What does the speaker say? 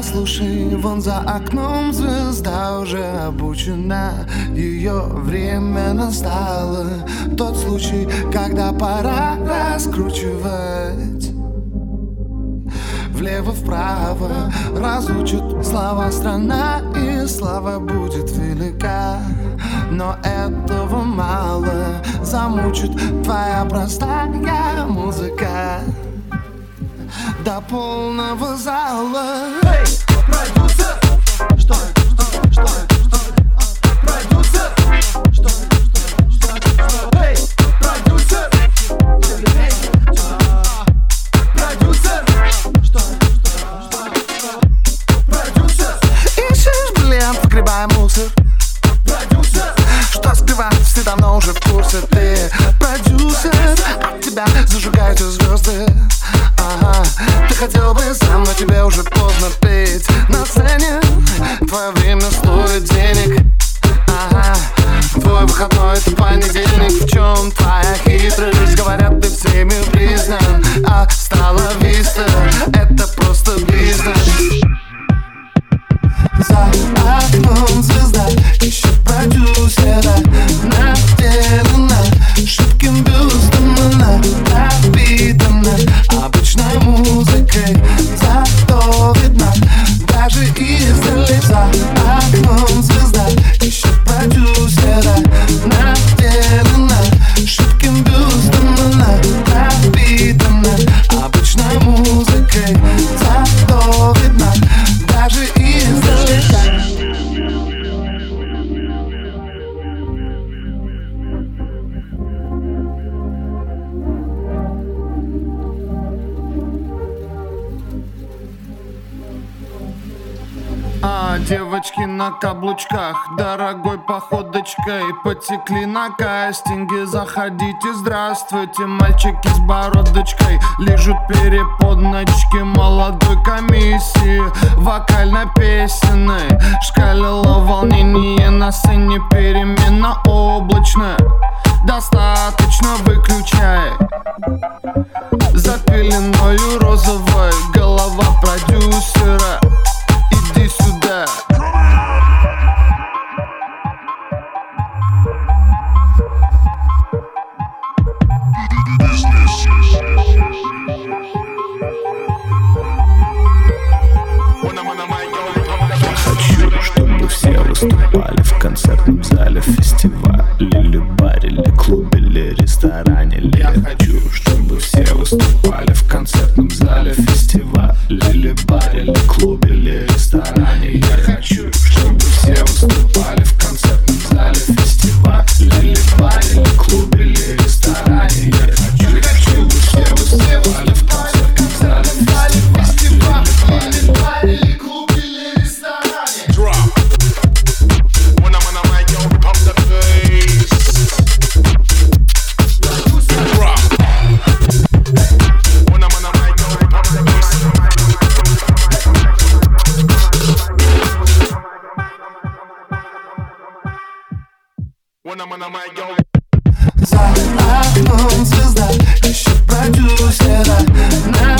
Послушай, вон за окном звезда уже обучена, ее время настало. Тот случай, когда пора раскручивать влево-вправо, разучат слова страна, и слава будет велика. Но этого мало, замучит твоя простая музыка до полного зала. Эй, продюсер! Что это? Что это? Продюсер! Что это? Эй, продюсер! Продюсер! Что это? Продюсер! Ищешь блин, погребая мусор. Продюсер! Что скрывать, все давно уже в курсе. Ты продюсер, от тебя зажигаются звезды. Ага, ты хотел бы сам, но тебе уже поздно петь на сцене. Твое время стоит денег. Ага, твой выходной это понедельник. В чем твоя хитрость? Говорят, ты всеми признан, а стала виста, это просто бизнес. За окном звезда ищет продюсера, наделена шибким бюстом, она напитана обычной музыкой, зато видна даже издали. За окном звезда ищет продюсера, наделена шибким бюстом, она напитана обычной музыкой, зато видна даже издали. Девочки на каблучках, дорогой походочкой потекли на кастинге. Заходите, здравствуйте, мальчики с бородочкой лижут переподночки молодой комиссии вокально-песенной. Шкалило волнение на сцене, перемена облачная. Достаточно, выключай. За пеленою розовой голова продюсера. Иди сюда. Хочу, чтобы все выступали в концертном зале, фестивале, или баре, или клубе, или ресторане. Я хочу, чтобы все выступали в концертном зале, фестивале, или баре, или клубе, или ресторане. Я хочу, чтобы все выступали в концертном зале, фестивале, или баре, или клубе, или ресторане. Я хочу, чтобы все выступали в концертном зале, фестивале, или баре, или клубе, или ресторане. When I'm on the mic, yo, pump the bass. Drop. When I'm on the mic, yo, pump the bass. When I'm on the mic, yo. За окном звезда ищет продюсера.